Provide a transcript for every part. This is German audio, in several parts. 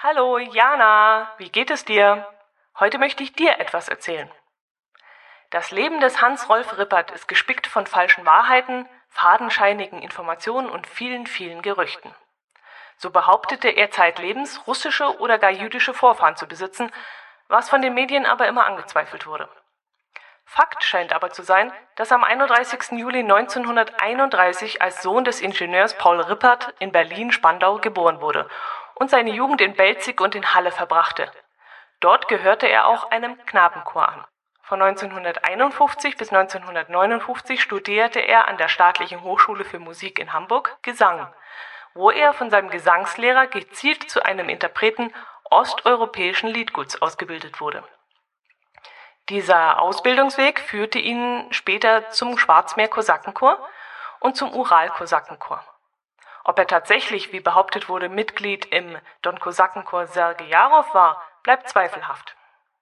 Hallo Jana, wie geht es dir? Heute möchte ich dir etwas erzählen. Das Leben des Hans-Rolf Rippert ist gespickt von falschen Wahrheiten, fadenscheinigen Informationen und vielen, vielen Gerüchten. So behauptete er zeitlebens, russische oder gar jüdische Vorfahren zu besitzen, was von den Medien aber immer angezweifelt wurde. Fakt scheint aber zu sein, dass er am 31. Juli 1931 als Sohn des Ingenieurs Paul Rippert in Berlin-Spandau geboren wurde und seine Jugend in Belzig und in Halle verbrachte. Dort gehörte er auch einem Knabenchor an. Von 1951 bis 1959 studierte er an der Staatlichen Hochschule für Musik in Hamburg Gesang, wo er von seinem Gesangslehrer gezielt zu einem Interpreten osteuropäischen Liedguts ausgebildet wurde. Dieser Ausbildungsweg führte ihn später zum Schwarzmeer-Kosakenchor und zum Ural-Kosakenchor. Ob er tatsächlich, wie behauptet wurde, Mitglied im Don-Kosakenchor Sergejarow war, bleibt zweifelhaft.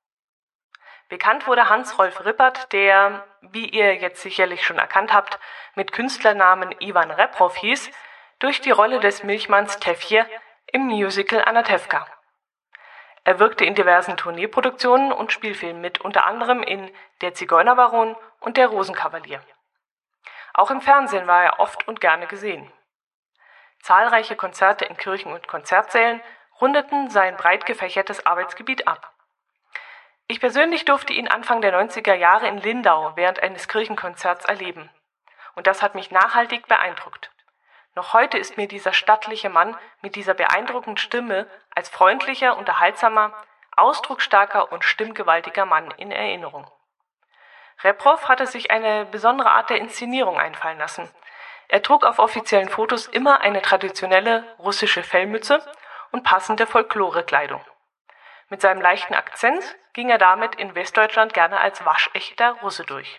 Bekannt wurde Hans-Rolf Rippert, der, wie ihr jetzt sicherlich schon erkannt habt, mit Künstlernamen Iwan Reprow hieß, durch die Rolle des Milchmanns Tefje im Musical Anatewka. Er wirkte in diversen Tourneeproduktionen und Spielfilmen mit, unter anderem in Der Zigeunerbaron und Der Rosenkavalier. Auch im Fernsehen war er oft und gerne gesehen. Zahlreiche Konzerte in Kirchen und Konzertsälen rundeten sein breit gefächertes Arbeitsgebiet ab. Ich persönlich durfte ihn Anfang der 90er Jahre in Lindau während eines Kirchenkonzerts erleben. Und das hat mich nachhaltig beeindruckt. Noch heute ist mir dieser stattliche Mann mit dieser beeindruckenden Stimme als freundlicher, unterhaltsamer, ausdrucksstarker und stimmgewaltiger Mann in Erinnerung. Reprow hatte sich eine besondere Art der Inszenierung einfallen lassen. Er trug auf offiziellen Fotos immer eine traditionelle russische Fellmütze und passende Folklorekleidung. Mit seinem leichten Akzent ging er damit in Westdeutschland gerne als waschechter Russe durch.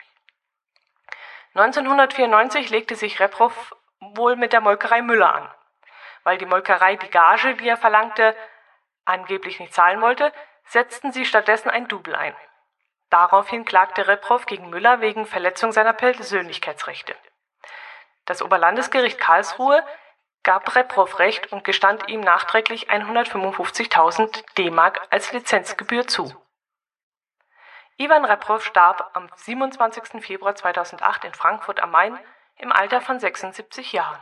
1994 legte sich Reprow wohl mit der Molkerei Müller an. Weil die Molkerei die Gage, die er verlangte, angeblich nicht zahlen wollte, setzten sie stattdessen ein Double ein. Daraufhin klagte Reprow gegen Müller wegen Verletzung seiner Persönlichkeitsrechte. Das Oberlandesgericht Karlsruhe gab Reprow Recht und gestand ihm nachträglich 155.000 D-Mark als Lizenzgebühr zu. Iwan Reprow starb am 27. Februar 2008 in Frankfurt am Main im Alter von 76 Jahren.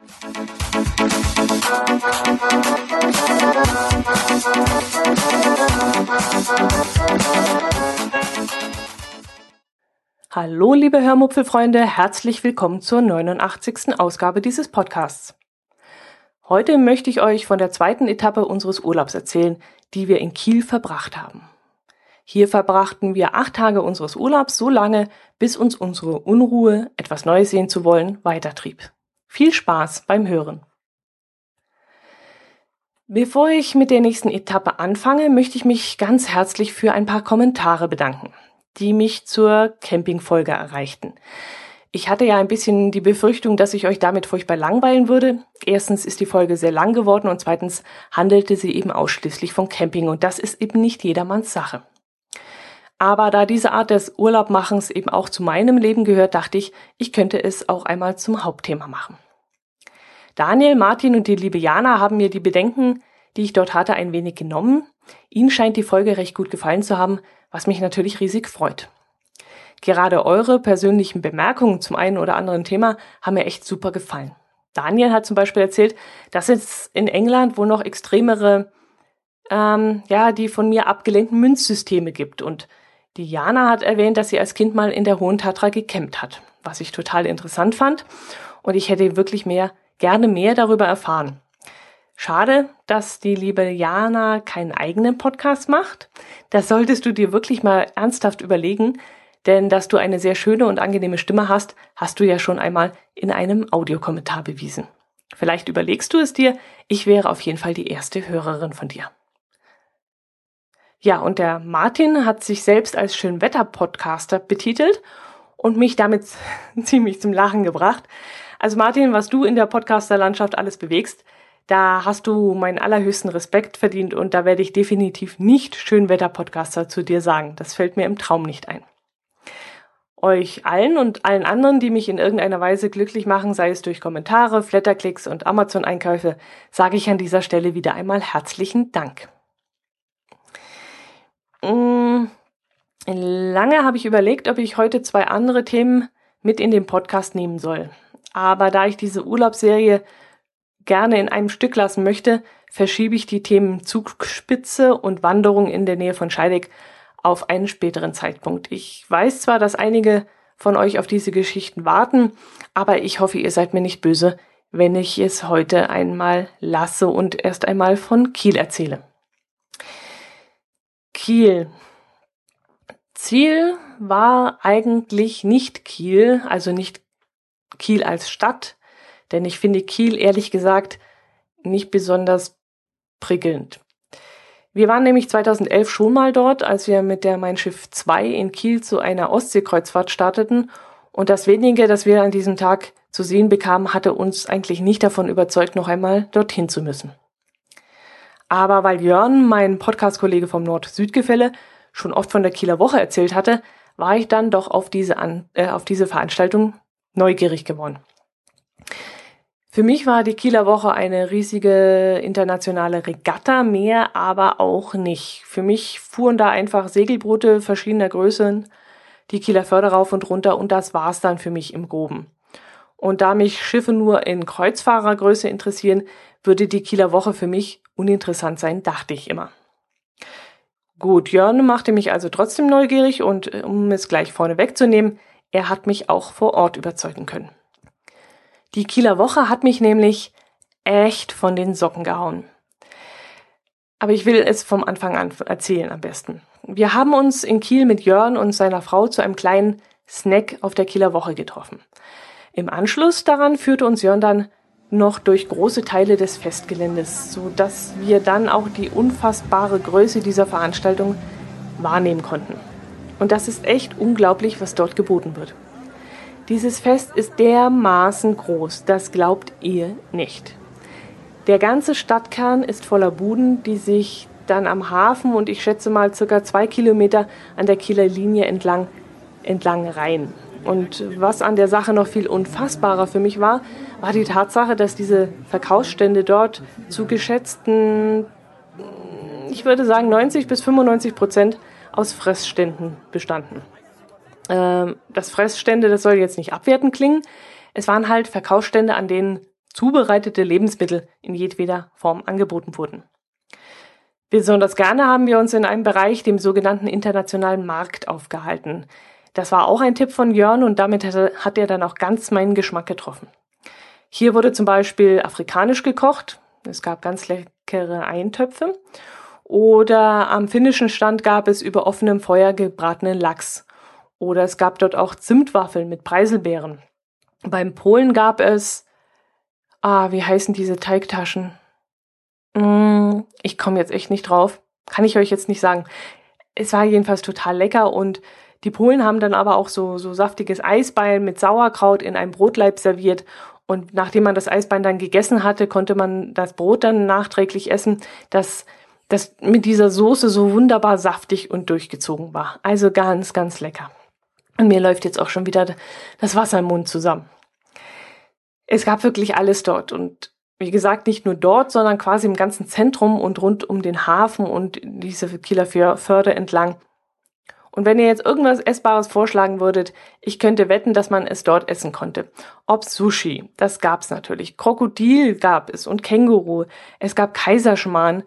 Hallo liebe Hörmupfelfreunde, herzlich willkommen zur 89. Ausgabe dieses Podcasts. Heute möchte ich euch von der zweiten Etappe unseres Urlaubs erzählen, die wir in Kiel verbracht haben. Hier verbrachten wir 8 Tage unseres Urlaubs so lange, bis uns unsere Unruhe, etwas Neues sehen zu wollen, weitertrieb. Viel Spaß beim Hören. Bevor ich mit der nächsten Etappe anfange, möchte ich mich ganz herzlich für ein paar Kommentare bedanken, die mich zur Campingfolge erreichten. Ich hatte ja ein bisschen die Befürchtung, dass ich euch damit furchtbar langweilen würde. Erstens ist die Folge sehr lang geworden und zweitens handelte sie eben ausschließlich von Camping und das ist eben nicht jedermanns Sache. Aber da diese Art des Urlaubmachens eben auch zu meinem Leben gehört, dachte ich, ich könnte es auch einmal zum Hauptthema machen. Daniel, Martin und die liebe Jana haben mir die Bedenken, die ich dort hatte, ein wenig genommen. Ihnen scheint die Folge recht gut gefallen zu haben, was mich natürlich riesig freut. Gerade eure persönlichen Bemerkungen zum einen oder anderen Thema haben mir echt super gefallen. Daniel hat zum Beispiel erzählt, dass es in England wohl noch extremere, die von mir abgelehnten Münzsysteme gibt. Und die Jana hat erwähnt, dass sie als Kind mal in der Hohen Tatra gecampt hat, was ich total interessant fand. Und ich hätte wirklich gerne mehr darüber erfahren. Schade, dass die liebe Jana keinen eigenen Podcast macht. Das solltest du dir wirklich mal ernsthaft überlegen, denn dass du eine sehr schöne und angenehme Stimme hast, hast du ja schon einmal in einem Audiokommentar bewiesen. Vielleicht überlegst du es dir, ich wäre auf jeden Fall die erste Hörerin von dir. Ja, und der Martin hat sich selbst als Schönwetter-Podcaster betitelt und mich damit ziemlich zum Lachen gebracht. Also Martin, was du in der Podcaster-Landschaft alles bewegst, da hast du meinen allerhöchsten Respekt verdient und da werde ich definitiv nicht Schönwetter-Podcaster zu dir sagen. Das fällt mir im Traum nicht ein. Euch allen und allen anderen, die mich in irgendeiner Weise glücklich machen, sei es durch Kommentare, Flatterklicks und Amazon-Einkäufe, sage ich an dieser Stelle wieder einmal herzlichen Dank. Lange habe ich überlegt, ob ich heute 2 andere Themen mit in den Podcast nehmen soll. Aber da ich diese Urlaubsserie gerne in einem Stück lassen möchte, verschiebe ich die Themen Zugspitze und Wanderung in der Nähe von Scheidegg auf einen späteren Zeitpunkt. Ich weiß zwar, dass einige von euch auf diese Geschichten warten, aber ich hoffe, ihr seid mir nicht böse, wenn ich es heute einmal lasse und erst einmal von Kiel erzähle. Kiel. Ziel war eigentlich nicht Kiel, also nicht Kiel als Stadt, denn ich finde Kiel ehrlich gesagt nicht besonders prickelnd. Wir waren nämlich 2011 schon mal dort, als wir mit der Mein Schiff 2 in Kiel zu einer Ostseekreuzfahrt starteten, und das wenige, das wir an diesem Tag zu sehen bekamen, hatte uns eigentlich nicht davon überzeugt, noch einmal dorthin zu müssen. Aber weil Jörn, mein Podcast-Kollege vom Nord-Süd-Gefälle, schon oft von der Kieler Woche erzählt hatte, war ich dann doch auf diese Veranstaltung neugierig geworden. Für mich war die Kieler Woche eine riesige internationale Regatta, mehr aber auch nicht. Für mich fuhren da einfach Segelboote verschiedener Größen die Kieler Förde rauf und runter, und das war's dann für mich im Groben. Und da mich Schiffe nur in Kreuzfahrergröße interessieren, würde die Kieler Woche für mich uninteressant sein, dachte ich immer. Gut, Jörn machte mich also trotzdem neugierig, und um es gleich vorne wegzunehmen, er hat mich auch vor Ort überzeugen können. Die Kieler Woche hat mich nämlich echt von den Socken gehauen. Aber ich will es vom Anfang an erzählen am besten. Wir haben uns in Kiel mit Jörn und seiner Frau zu einem kleinen Snack auf der Kieler Woche getroffen. Im Anschluss daran führte uns Jörn dann noch durch große Teile des Festgeländes, sodass wir dann auch die unfassbare Größe dieser Veranstaltung wahrnehmen konnten. Und das ist echt unglaublich, was dort geboten wird. Dieses Fest ist dermaßen groß, das glaubt ihr nicht. Der ganze Stadtkern ist voller Buden, die sich dann am Hafen und ich schätze mal ca. 2 Kilometer an der Kieler Linie entlang reihen. Und was an der Sache noch viel unfassbarer für mich war die Tatsache, dass diese Verkaufsstände dort zu geschätzten, ich würde sagen 90-95% aus Fressständen bestanden. Das Fressstände, das soll jetzt nicht abwertend klingen. Es waren halt Verkaufsstände, an denen zubereitete Lebensmittel in jedweder Form angeboten wurden. Besonders gerne haben wir uns in einem Bereich, dem sogenannten internationalen Markt, aufgehalten. Das war auch ein Tipp von Jörn, und damit hat er dann auch ganz meinen Geschmack getroffen. Hier wurde zum Beispiel afrikanisch gekocht. Es gab ganz leckere Eintöpfe. Oder am finnischen Stand gab es über offenem Feuer gebratenen Lachs. Oder es gab dort auch Zimtwaffeln mit Preiselbeeren. Beim Polen gab es, wie heißen diese Teigtaschen? Ich komme jetzt echt nicht drauf. Kann ich euch jetzt nicht sagen. Es war jedenfalls total lecker, und die Polen haben dann aber auch so saftiges Eisbein mit Sauerkraut in einem Brotlaib serviert. Und nachdem man das Eisbein dann gegessen hatte, konnte man das Brot dann nachträglich essen, das mit dieser Soße so wunderbar saftig und durchgezogen war. Also ganz, ganz lecker. Und mir läuft jetzt auch schon wieder das Wasser im Mund zusammen. Es gab wirklich alles dort, und wie gesagt, nicht nur dort, sondern quasi im ganzen Zentrum und rund um den Hafen und diese Kieler Förde entlang. Und wenn ihr jetzt irgendwas Essbares vorschlagen würdet, ich könnte wetten, dass man es dort essen konnte. Ob Sushi, das gab's natürlich. Krokodil gab es und Känguru. Es gab Kaiserschmarrn.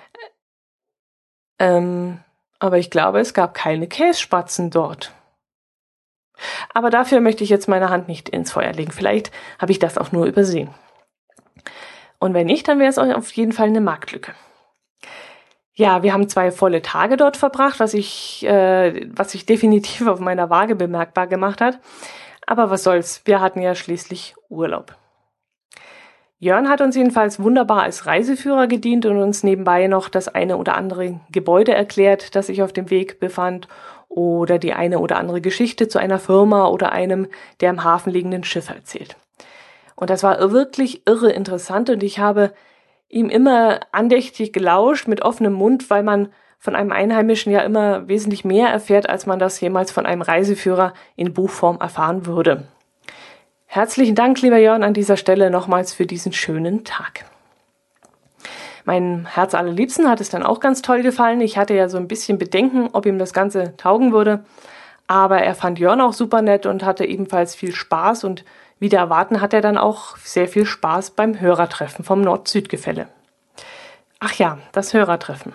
Aber ich glaube, es gab keine Kässpatzen dort. Aber dafür möchte ich jetzt meine Hand nicht ins Feuer legen. Vielleicht habe ich das auch nur übersehen. Und wenn nicht, dann wäre es auf jeden Fall eine Marktlücke. Ja, wir haben 2 volle Tage dort verbracht, was sich definitiv auf meiner Waage bemerkbar gemacht hat. Aber was soll's, wir hatten ja schließlich Urlaub. Jörn hat uns jedenfalls wunderbar als Reiseführer gedient und uns nebenbei noch das eine oder andere Gebäude erklärt, das sich auf dem Weg befand, oder die eine oder andere Geschichte zu einer Firma oder einem der im Hafen liegenden Schiffe erzählt. Und das war wirklich irre interessant, und ich habe ihm immer andächtig gelauscht mit offenem Mund, weil man von einem Einheimischen ja immer wesentlich mehr erfährt, als man das jemals von einem Reiseführer in Buchform erfahren würde. Herzlichen Dank, lieber Jörn, an dieser Stelle nochmals für diesen schönen Tag. Meinem Herz allerliebsten hat es dann auch ganz toll gefallen. Ich hatte ja so ein bisschen Bedenken, ob ihm das Ganze taugen würde. Aber er fand Jörn auch super nett und hatte ebenfalls viel Spaß. Und wieder erwarten hat er dann auch sehr viel Spaß beim Hörertreffen vom Nord-Süd-Gefälle. Ach ja, das Hörertreffen.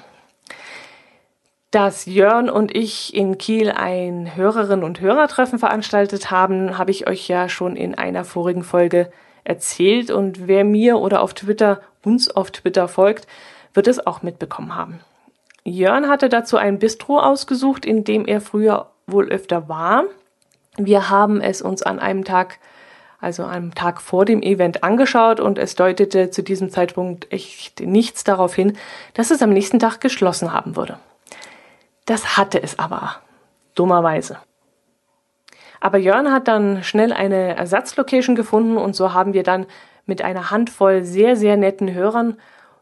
Dass Jörn und ich in Kiel ein Hörerinnen- und Hörertreffen veranstaltet haben, habe ich euch ja schon in einer vorigen Folge erzählt. Und wer mir oder uns auf Twitter folgt, wird es auch mitbekommen haben. Jörn hatte dazu ein Bistro ausgesucht, in dem er früher wohl öfter war. Wir haben es uns an einem Tag, also einem Tag vor dem Event angeschaut und es deutete zu diesem Zeitpunkt echt nichts darauf hin, dass es am nächsten Tag geschlossen haben würde. Das hatte es aber, dummerweise. Aber Jörn hat dann schnell eine Ersatzlocation gefunden und so haben wir dann mit einer Handvoll sehr, sehr netten Hörern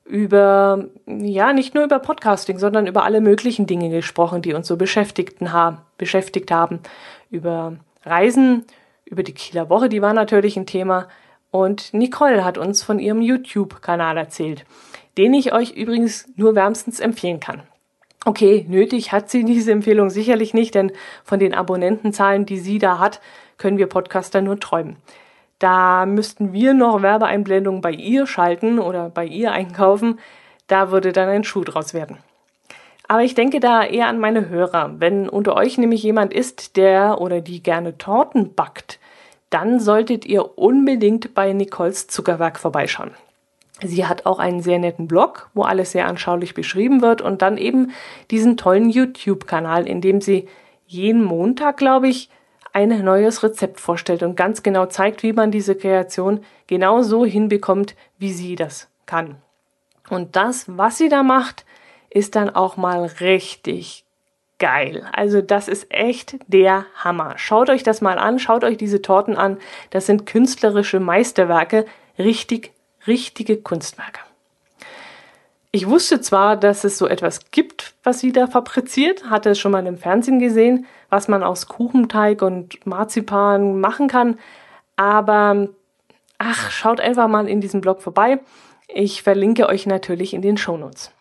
nicht nur über Podcasting, sondern über alle möglichen Dinge gesprochen, die uns so beschäftigt haben. Über Reisen, über die Kieler Woche, die war natürlich ein Thema. Und Nicole hat uns von ihrem YouTube-Kanal erzählt, den ich euch übrigens nur wärmstens empfehlen kann. Okay, nötig hat sie diese Empfehlung sicherlich nicht, denn von den Abonnentenzahlen, die sie da hat, können wir Podcaster nur träumen. Da müssten wir noch Werbeeinblendungen bei ihr schalten oder bei ihr einkaufen. Da würde dann ein Schuh draus werden. Aber ich denke da eher an meine Hörer. Wenn unter euch nämlich jemand ist, der oder die gerne Torten backt, dann solltet ihr unbedingt bei Nicoles Zuckerwerk vorbeischauen. Sie hat auch einen sehr netten Blog, wo alles sehr anschaulich beschrieben wird und dann eben diesen tollen YouTube-Kanal, in dem sie jeden Montag, glaube ich, ein neues Rezept vorstellt und ganz genau zeigt, wie man diese Kreation genau so hinbekommt, wie sie das kann. Und das, was sie da macht, ist dann auch mal richtig geil. Also das ist echt der Hammer. Schaut euch das mal an, schaut euch diese Torten an. Das sind künstlerische Meisterwerke, richtige Kunstwerke. Ich wusste zwar, dass es so etwas gibt, was sie da fabriziert, hatte es schon mal im Fernsehen gesehen, was man aus Kuchenteig und Marzipan machen kann, aber schaut einfach mal in diesem Blog vorbei. Ich verlinke euch natürlich in den Shownotes.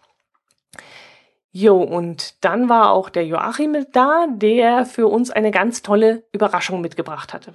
Jo, und dann war auch der Joachim mit da, der für uns eine ganz tolle Überraschung mitgebracht hatte.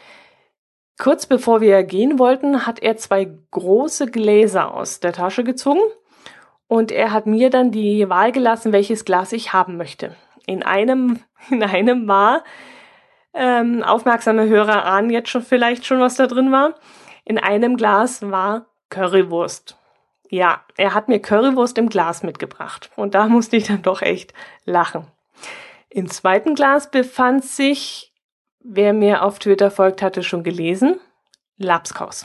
Kurz bevor wir gehen wollten, hat er 2 große Gläser aus der Tasche gezogen und er hat mir dann die Wahl gelassen, welches Glas ich haben möchte. In einem war, aufmerksame Hörer ahnen jetzt vielleicht schon, was da drin war. In einem Glas war Currywurst. Ja, er hat mir Currywurst im Glas mitgebracht und da musste ich dann doch echt lachen. Im zweiten Glas befand sich, wer mir auf Twitter folgt, hatte schon gelesen, Lapskaus.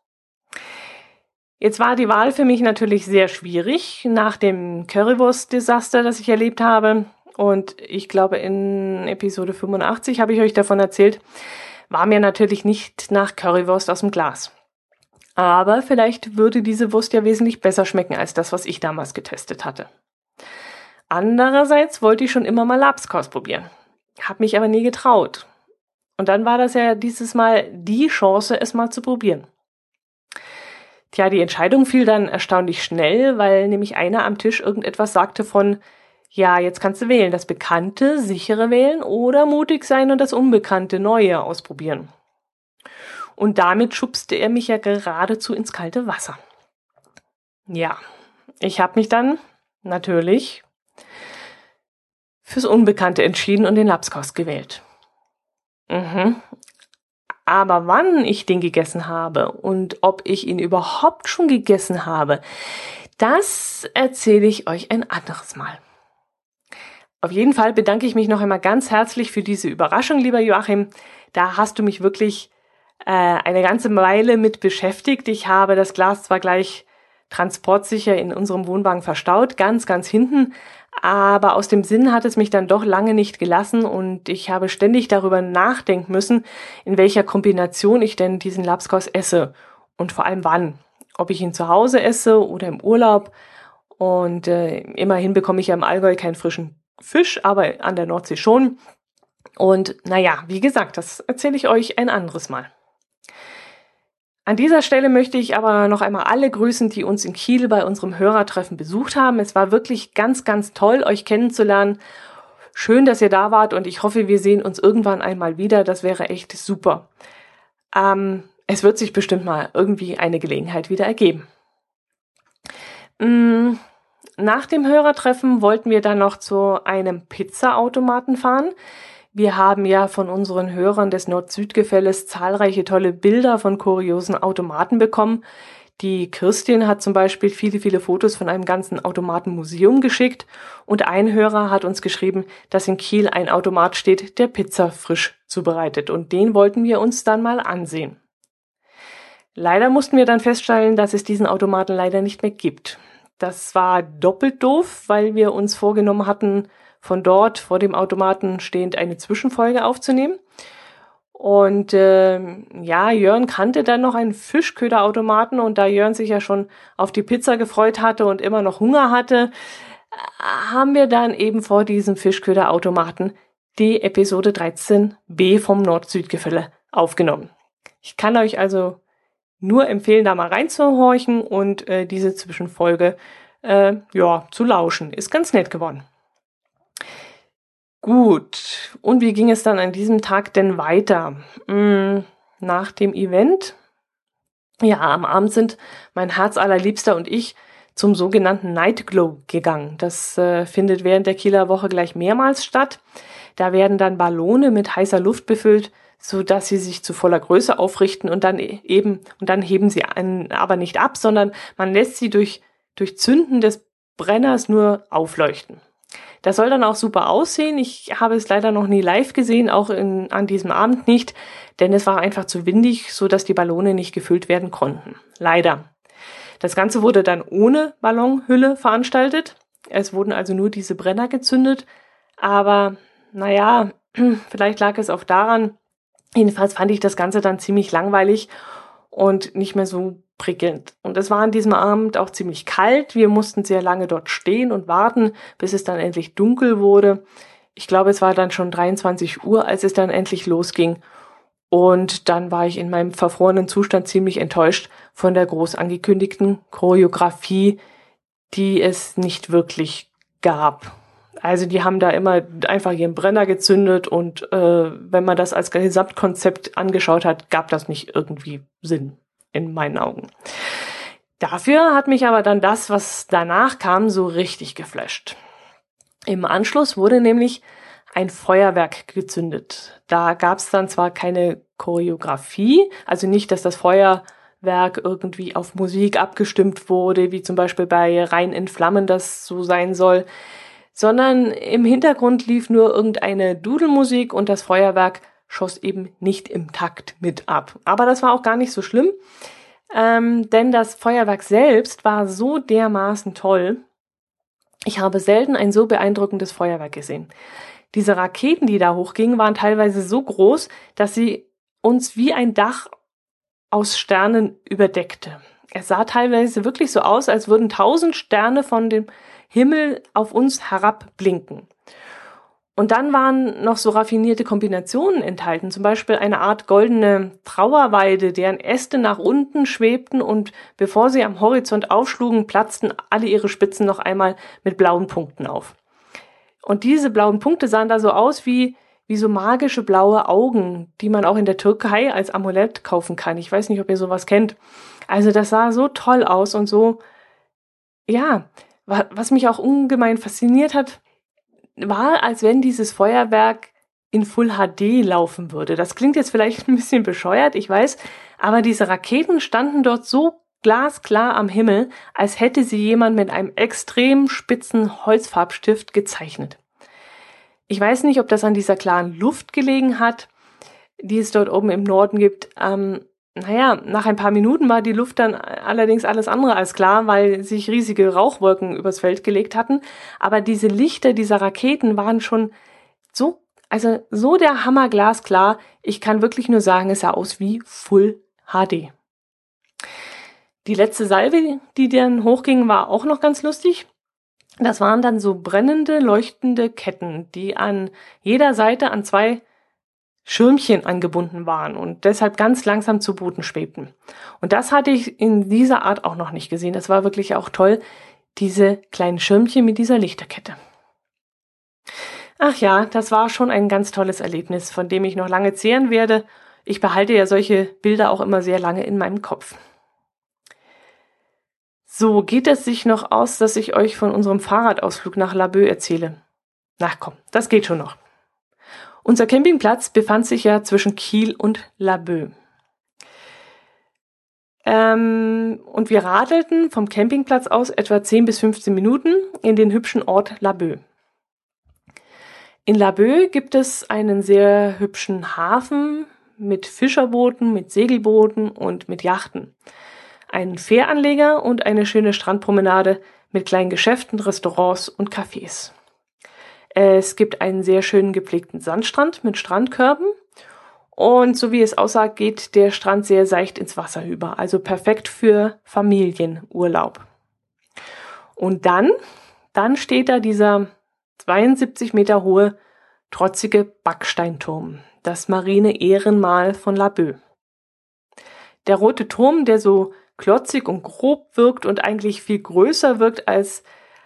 Jetzt war die Wahl für mich natürlich sehr schwierig nach dem Currywurst-Desaster, das ich erlebt habe. Und ich glaube, in Episode 85 habe ich euch davon erzählt, war mir natürlich nicht nach Currywurst aus dem Glas. Aber vielleicht würde diese Wurst ja wesentlich besser schmecken als das, was ich damals getestet hatte. Andererseits wollte ich schon immer mal Lapskaus probieren, habe mich aber nie getraut. Und dann war das ja dieses Mal die Chance, es mal zu probieren. Tja, die Entscheidung fiel dann erstaunlich schnell, weil nämlich einer am Tisch irgendetwas sagte von, ja, jetzt kannst du wählen, das Bekannte, sichere wählen oder mutig sein und das Unbekannte, Neue ausprobieren. Und damit schubste er mich ja geradezu ins kalte Wasser. Ja, ich habe mich dann natürlich fürs Unbekannte entschieden und den Lapskaus gewählt. Aber wann ich den gegessen habe und ob ich ihn überhaupt schon gegessen habe, das erzähle ich euch ein anderes Mal. Auf jeden Fall bedanke ich mich noch einmal ganz herzlich für diese Überraschung, lieber Joachim. Da hast du mich wirklich eine ganze Weile mit beschäftigt. Ich habe das Glas zwar gleich transportsicher in unserem Wohnwagen verstaut, ganz hinten, aber aus dem Sinn hat es mich dann doch lange nicht gelassen und ich habe ständig darüber nachdenken müssen, in welcher Kombination ich denn diesen Lapskaus esse und vor allem wann. Ob ich ihn zu Hause esse oder im Urlaub. Und immerhin bekomme ich ja im Allgäu keinen frischen Fisch, aber an der Nordsee schon. Und naja, wie gesagt, das erzähle ich euch ein anderes Mal. An dieser Stelle möchte ich aber noch einmal alle grüßen, die uns in Kiel bei unserem Hörertreffen besucht haben. Es war wirklich ganz, ganz toll, euch kennenzulernen. Schön, dass ihr da wart und ich hoffe, wir sehen uns irgendwann einmal wieder. Das wäre echt super. Es wird sich bestimmt mal irgendwie eine Gelegenheit wieder ergeben. Nach dem Hörertreffen wollten wir dann noch zu einem Pizzaautomaten fahren. Wir haben ja von unseren Hörern des Nord-Süd-Gefälles zahlreiche tolle Bilder von kuriosen Automaten bekommen. Die Kirstin hat zum Beispiel viele, viele Fotos von einem ganzen Automatenmuseum geschickt und ein Hörer hat uns geschrieben, dass in Kiel ein Automat steht, der Pizza frisch zubereitet und den wollten wir uns dann mal ansehen. Leider mussten wir dann feststellen, dass es diesen Automaten leider nicht mehr gibt. Das war doppelt doof, weil wir uns vorgenommen hatten, von dort vor dem Automaten stehend eine Zwischenfolge aufzunehmen. Und Jörn kannte dann noch einen Fischköderautomaten und da Jörn sich ja schon auf die Pizza gefreut hatte und immer noch Hunger hatte, haben wir dann eben vor diesem Fischköderautomaten die Episode 13b vom Nord-Süd-Gefälle aufgenommen. Ich kann euch also nur empfehlen, da mal reinzuhorchen und diese Zwischenfolge zu lauschen. Ist ganz nett geworden. Gut, und wie ging es dann an diesem Tag denn weiter? Nach dem Event, am Abend sind mein Herzallerliebster und ich zum sogenannten Nightglow gegangen. Das findet während der Kieler Woche gleich mehrmals statt. Da werden dann Ballone mit heißer Luft befüllt, so dass sie sich zu voller Größe aufrichten und dann heben sie aber nicht ab, sondern man lässt sie durch Zünden des Brenners nur aufleuchten. Das soll dann auch super aussehen. Ich habe es leider noch nie live gesehen, auch an diesem Abend nicht, denn es war einfach zu windig, so dass die Ballone nicht gefüllt werden konnten. Leider. Das Ganze wurde dann ohne Ballonhülle veranstaltet. Es wurden also nur diese Brenner gezündet, aber vielleicht lag es auch daran. Jedenfalls fand ich das Ganze dann ziemlich langweilig und nicht mehr so prickelnd. Und es war an diesem Abend auch ziemlich kalt. Wir mussten sehr lange dort stehen und warten, bis es dann endlich dunkel wurde. Ich glaube, es war dann schon 23 Uhr, als es dann endlich losging. Und dann war ich in meinem verfrorenen Zustand ziemlich enttäuscht von der groß angekündigten Choreografie, die es nicht wirklich gab. Also die haben da immer einfach ihren Brenner gezündet und wenn man das als Gesamtkonzept angeschaut hat, gab das nicht irgendwie Sinn in meinen Augen. Dafür hat mich aber dann das, was danach kam, so richtig geflasht. Im Anschluss wurde nämlich ein Feuerwerk gezündet. Da gab es dann zwar keine Choreografie, also nicht, dass das Feuerwerk irgendwie auf Musik abgestimmt wurde, wie zum Beispiel bei Rhein in Flammen das so sein soll, sondern im Hintergrund lief nur irgendeine Dudelmusik und das Feuerwerk schoss eben nicht im Takt mit ab. Aber das war auch gar nicht so schlimm, denn das Feuerwerk selbst war so dermaßen toll. Ich habe selten ein so beeindruckendes Feuerwerk gesehen. Diese Raketen, die da hochgingen, waren teilweise so groß, dass sie uns wie ein Dach aus Sternen überdeckte. Es sah teilweise wirklich so aus, als würden 1000 Sterne von dem Himmel auf uns herabblinken. Und dann waren noch so raffinierte Kombinationen enthalten, zum Beispiel eine Art goldene Trauerweide, deren Äste nach unten schwebten und bevor sie am Horizont aufschlugen, platzten alle ihre Spitzen noch einmal mit blauen Punkten auf. Und diese blauen Punkte sahen da so aus wie so magische blaue Augen, die man auch in der Türkei als Amulett kaufen kann. Ich weiß nicht, ob ihr sowas kennt. Also das sah so toll aus und so, was mich auch ungemein fasziniert hat, war, als wenn dieses Feuerwerk in Full HD laufen würde. Das klingt jetzt vielleicht ein bisschen bescheuert, ich weiß, aber diese Raketen standen dort so glasklar am Himmel, als hätte sie jemand mit einem extrem spitzen Holzfarbstift gezeichnet. Ich weiß nicht, ob das an dieser klaren Luft gelegen hat, die es dort oben im Norden gibt. Nach ein paar Minuten war die Luft dann allerdings alles andere als klar, weil sich riesige Rauchwolken übers Feld gelegt hatten. Aber diese Lichter dieser Raketen waren schon so der Hammer glasklar. Ich kann wirklich nur sagen, es sah aus wie Full HD. Die letzte Salve, die dann hochging, war auch noch ganz lustig. Das waren dann so brennende, leuchtende Ketten, die an jeder Seite an 2 Schirmchen angebunden waren und deshalb ganz langsam zu Boden schwebten. Und das hatte ich in dieser Art auch noch nicht gesehen. Das war wirklich auch toll, diese kleinen Schirmchen mit dieser Lichterkette. Ach ja, das war schon ein ganz tolles Erlebnis, von dem ich noch lange zehren werde. Ich behalte ja solche Bilder auch immer sehr lange in meinem Kopf. So, geht es sich noch aus, dass ich euch von unserem Fahrradausflug nach Laboe erzähle? Na komm, das geht schon noch. Unser Campingplatz befand sich ja zwischen Kiel und Laboe. Und wir radelten vom Campingplatz aus etwa 10 bis 15 Minuten in den hübschen Ort Laboe. In Laboe gibt es einen sehr hübschen Hafen mit Fischerbooten, mit Segelbooten und mit Yachten. Einen Fähranleger und eine schöne Strandpromenade mit kleinen Geschäften, Restaurants und Cafés. Es gibt einen sehr schönen gepflegten Sandstrand mit Strandkörben und so wie es aussah, geht der Strand sehr seicht ins Wasser über, also perfekt für Familienurlaub. Und dann steht da dieser 72 Meter hohe, trotzige Backsteinturm, das Marine-Ehrenmal von Laboe. Der rote Turm, der so klotzig und grob wirkt und eigentlich viel größer wirkt als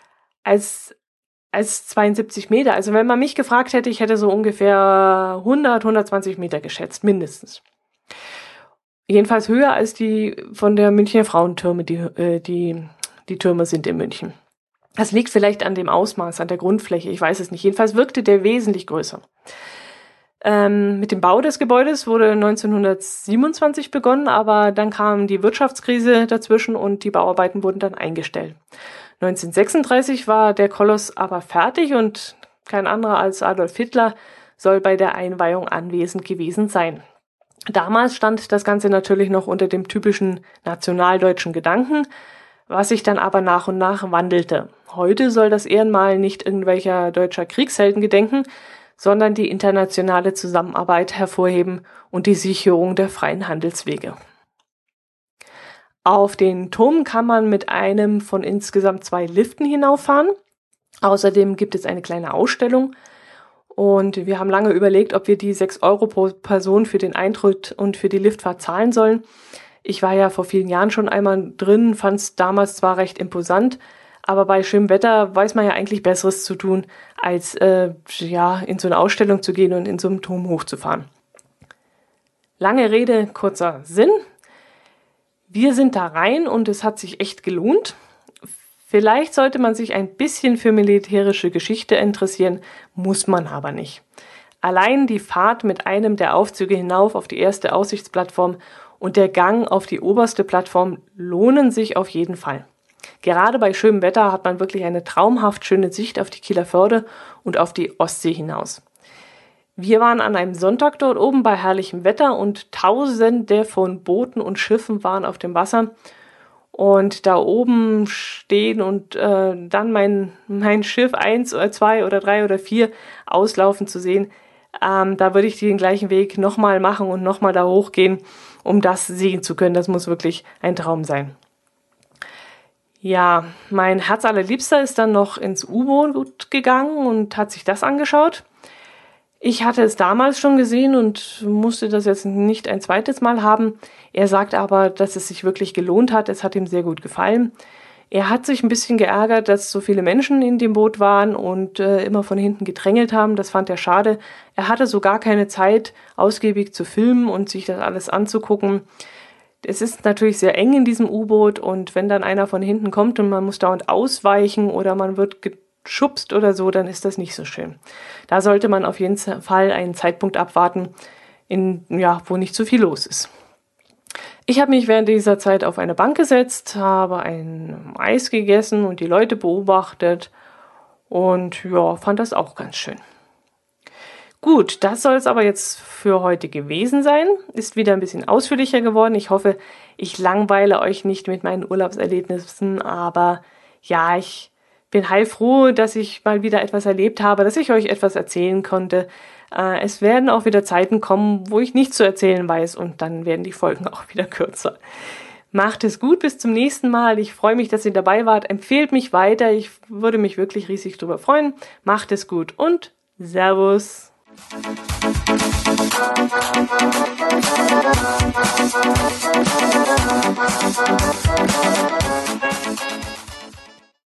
72 Meter. Also wenn man mich gefragt hätte, ich hätte so ungefähr 120 Meter geschätzt, mindestens. Jedenfalls höher als die von der Münchner Frauentürme, die Türme sind in München. Das liegt vielleicht an dem Ausmaß, an der Grundfläche, ich weiß es nicht. Jedenfalls wirkte der wesentlich größer. Mit dem Bau des Gebäudes wurde 1927 begonnen, aber dann kam die Wirtschaftskrise dazwischen und die Bauarbeiten wurden dann eingestellt. 1936 war der Koloss aber fertig und kein anderer als Adolf Hitler soll bei der Einweihung anwesend gewesen sein. Damals stand das Ganze natürlich noch unter dem typischen nationaldeutschen Gedanken, was sich dann aber nach und nach wandelte. Heute soll das Ehrenmal nicht irgendwelcher deutscher Kriegshelden gedenken, sondern die internationale Zusammenarbeit hervorheben und die Sicherung der freien Handelswege. Auf den Turm kann man mit einem von insgesamt 2 Liften hinauffahren. Außerdem gibt es eine kleine Ausstellung und wir haben lange überlegt, ob wir die 6 Euro pro Person für den Eintritt und für die Liftfahrt zahlen sollen. Ich war ja vor vielen Jahren schon einmal drin, fand es damals zwar recht imposant, aber bei schönem Wetter weiß man ja eigentlich Besseres zu tun, als in so eine Ausstellung zu gehen und in so einem Turm hochzufahren. Lange Rede, kurzer Sinn. Wir sind da rein und es hat sich echt gelohnt. Vielleicht sollte man sich ein bisschen für militärische Geschichte interessieren, muss man aber nicht. Allein die Fahrt mit einem der Aufzüge hinauf auf die erste Aussichtsplattform und der Gang auf die oberste Plattform lohnen sich auf jeden Fall. Gerade bei schönem Wetter hat man wirklich eine traumhaft schöne Sicht auf die Kieler Förde und auf die Ostsee hinaus. Wir waren an einem Sonntag dort oben bei herrlichem Wetter und Tausende von Booten und Schiffen waren auf dem Wasser. Und da oben stehen und dann mein Schiff 1 oder 2 oder 3 oder 4 auslaufen zu sehen, da würde ich den gleichen Weg nochmal machen und nochmal da hochgehen, um das sehen zu können. Das muss wirklich ein Traum sein. Ja, mein Herzallerliebster ist dann noch ins U-Boot gegangen und hat sich das angeschaut. Ich hatte es damals schon gesehen und musste das jetzt nicht ein zweites Mal haben. Er sagt aber, dass es sich wirklich gelohnt hat. Es hat ihm sehr gut gefallen. Er hat sich ein bisschen geärgert, dass so viele Menschen in dem Boot waren und immer von hinten gedrängelt haben. Das fand er schade. Er hatte so gar keine Zeit, ausgiebig zu filmen und sich das alles anzugucken. Es ist natürlich sehr eng in diesem U-Boot und wenn dann einer von hinten kommt und man muss dauernd ausweichen oder man wird geschubst oder so, dann ist das nicht so schön. Da sollte man auf jeden Fall einen Zeitpunkt abwarten, wo nicht so viel los ist. Ich habe mich während dieser Zeit auf eine Bank gesetzt, habe ein Eis gegessen und die Leute beobachtet und fand das auch ganz schön. Gut, das soll es aber jetzt für heute gewesen sein. Ist wieder ein bisschen ausführlicher geworden. Ich hoffe, ich langweile euch nicht mit meinen Urlaubserlebnissen, aber ja, ich bin heilfroh, dass ich mal wieder etwas erlebt habe, dass ich euch etwas erzählen konnte. Es werden auch wieder Zeiten kommen, wo ich nichts zu erzählen weiß und dann werden die Folgen auch wieder kürzer. Macht es gut, bis zum nächsten Mal. Ich freue mich, dass ihr dabei wart. Empfehlt mich weiter. Ich würde mich wirklich riesig drüber freuen. Macht es gut und Servus.